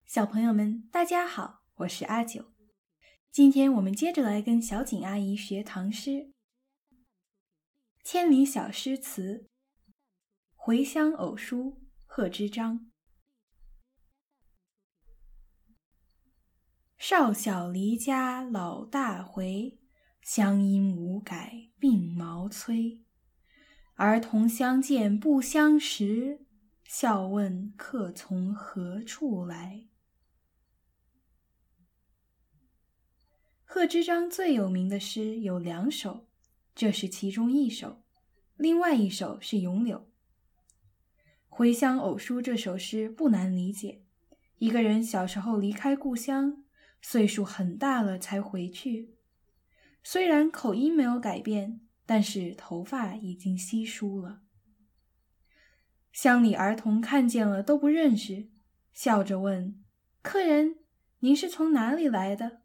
小朋友们，大家好，我是阿九。今天我们接着来跟小景阿姨学唐诗。千里小诗词，回乡偶书贺知章。少小离家老大回，乡音无改鬓毛衰。儿童相见不相识，笑问客从何处来。贺知章最有名的诗有2首，这是其中1首，另外1首是《咏柳》。回乡偶书这首诗不难理解，一个人小时候离开故乡，岁数很大了才回去，虽然口音没有改变，但是头发已经稀疏了。乡里儿童看见了都不认识，笑着问：客人，您是从哪里来的？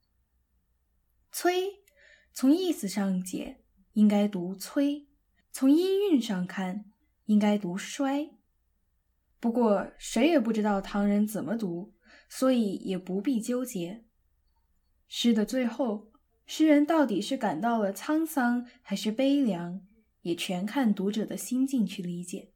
催，从意思上解，应该读催；从音韵上看，应该读衰。不过谁也不知道唐人怎么读，所以也不必纠结。诗的最后，诗人到底是感到了沧桑还是悲凉，也全看读者的心境去理解。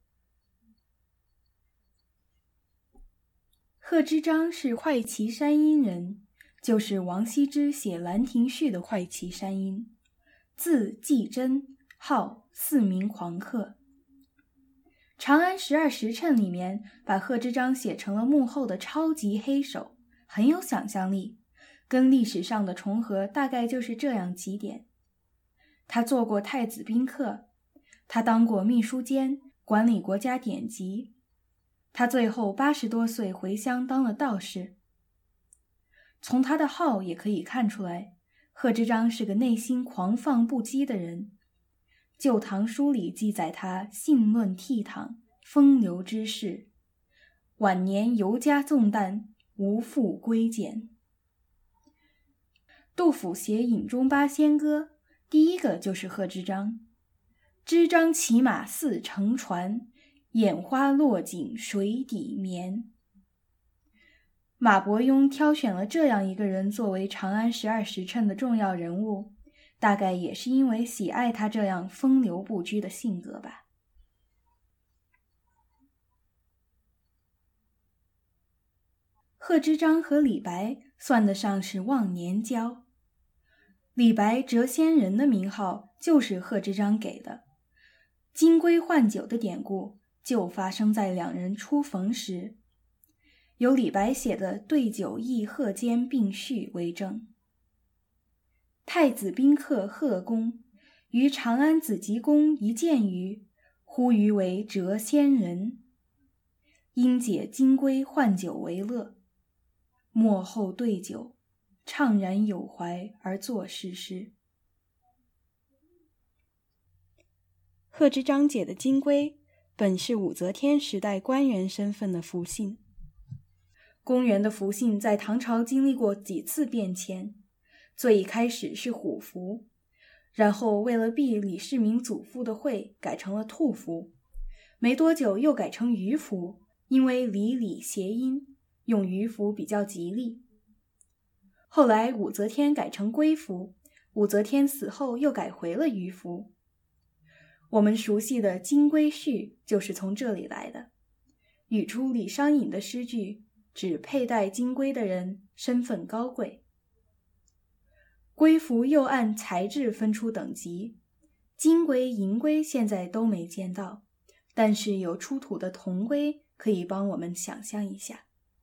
贺知章是会稽山阴人，就是王羲之写《兰亭序》的会稽山阴，字季真，号四明狂客。长安12时辰里面把贺知章写成了幕后的超级黑手，很有想象力，跟历史上的重合大概就是这样几点。他做过太子宾客，他当过秘书监，管理国家典籍，他最后80多岁回乡当了道士。从他的号也可以看出来，贺知章是个内心狂放不羁的人。《旧唐书》里记载他性论倜傥，风流之士，晚年游家纵诞，无复归简。杜甫写《饮中八仙歌》，第一个就是贺知章。知章骑马似乘船，眼花落井水底眠。马伯庸挑选了这样一个人作为长安12时辰的重要人物，大概也是因为喜爱他这样风流不拘的性格吧。贺知章和李白算得上是忘年交。李白谪仙人的名号就是贺知章给的，金龟换酒的典故就发生在2人初逢时，由李白写的《对酒忆贺间并序》为证。太子宾客贺公于长安紫极宫一见于，呼余为谪仙人，因解金龟换酒为乐，幕后对酒，怅然有怀而作是诗。贺知章解的金龟本是武则天时代官员身份的符姓。公园的符姓在唐朝经历过几次变迁，最一开始是虎符，然后为了避李世民祖父的讳改成了兔符，没多久又改成鱼符，因为李谐音，用鱼符比较吉利。后来武则天改成龟符，武则天死后又改回了鱼符。我们熟悉的金龟序就是从这里来的，语出李商隐的诗句，指佩戴金龟的人身份高贵。龟符又按材质分出等级，金龟、银龟现在都没见到，但是有出土的铜龟可以帮我们想象一下。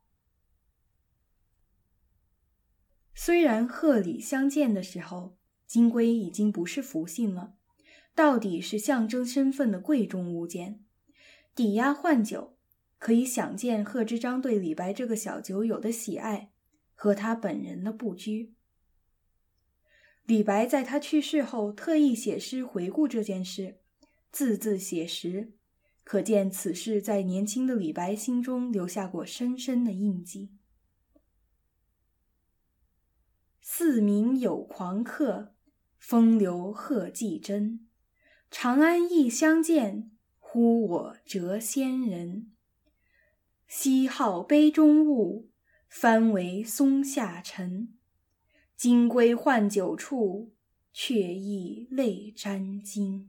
虽然贺李相见的时候，金龟已经不是符姓了，到底是象征身份的贵重物件，抵押换酒，可以想见贺知章对李白这个小酒友的喜爱和他本人的不拘。李白在他去世后特意写诗回顾这件事，字字写实，可见此事在年轻的李白心中留下过深深的印记。四明有狂客，风流贺季真。长安忆相见，呼我谪仙人。西号杯中物， 幡为松下沉。金龟换酒处，却意泪沾襟。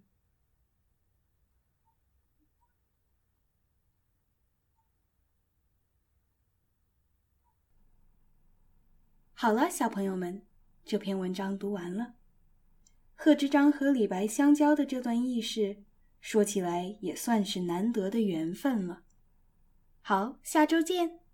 好了，小朋友们，这篇文章读完了。贺知章和李白相交的这段轶事，说起来也算是难得的缘分了。好，下周见。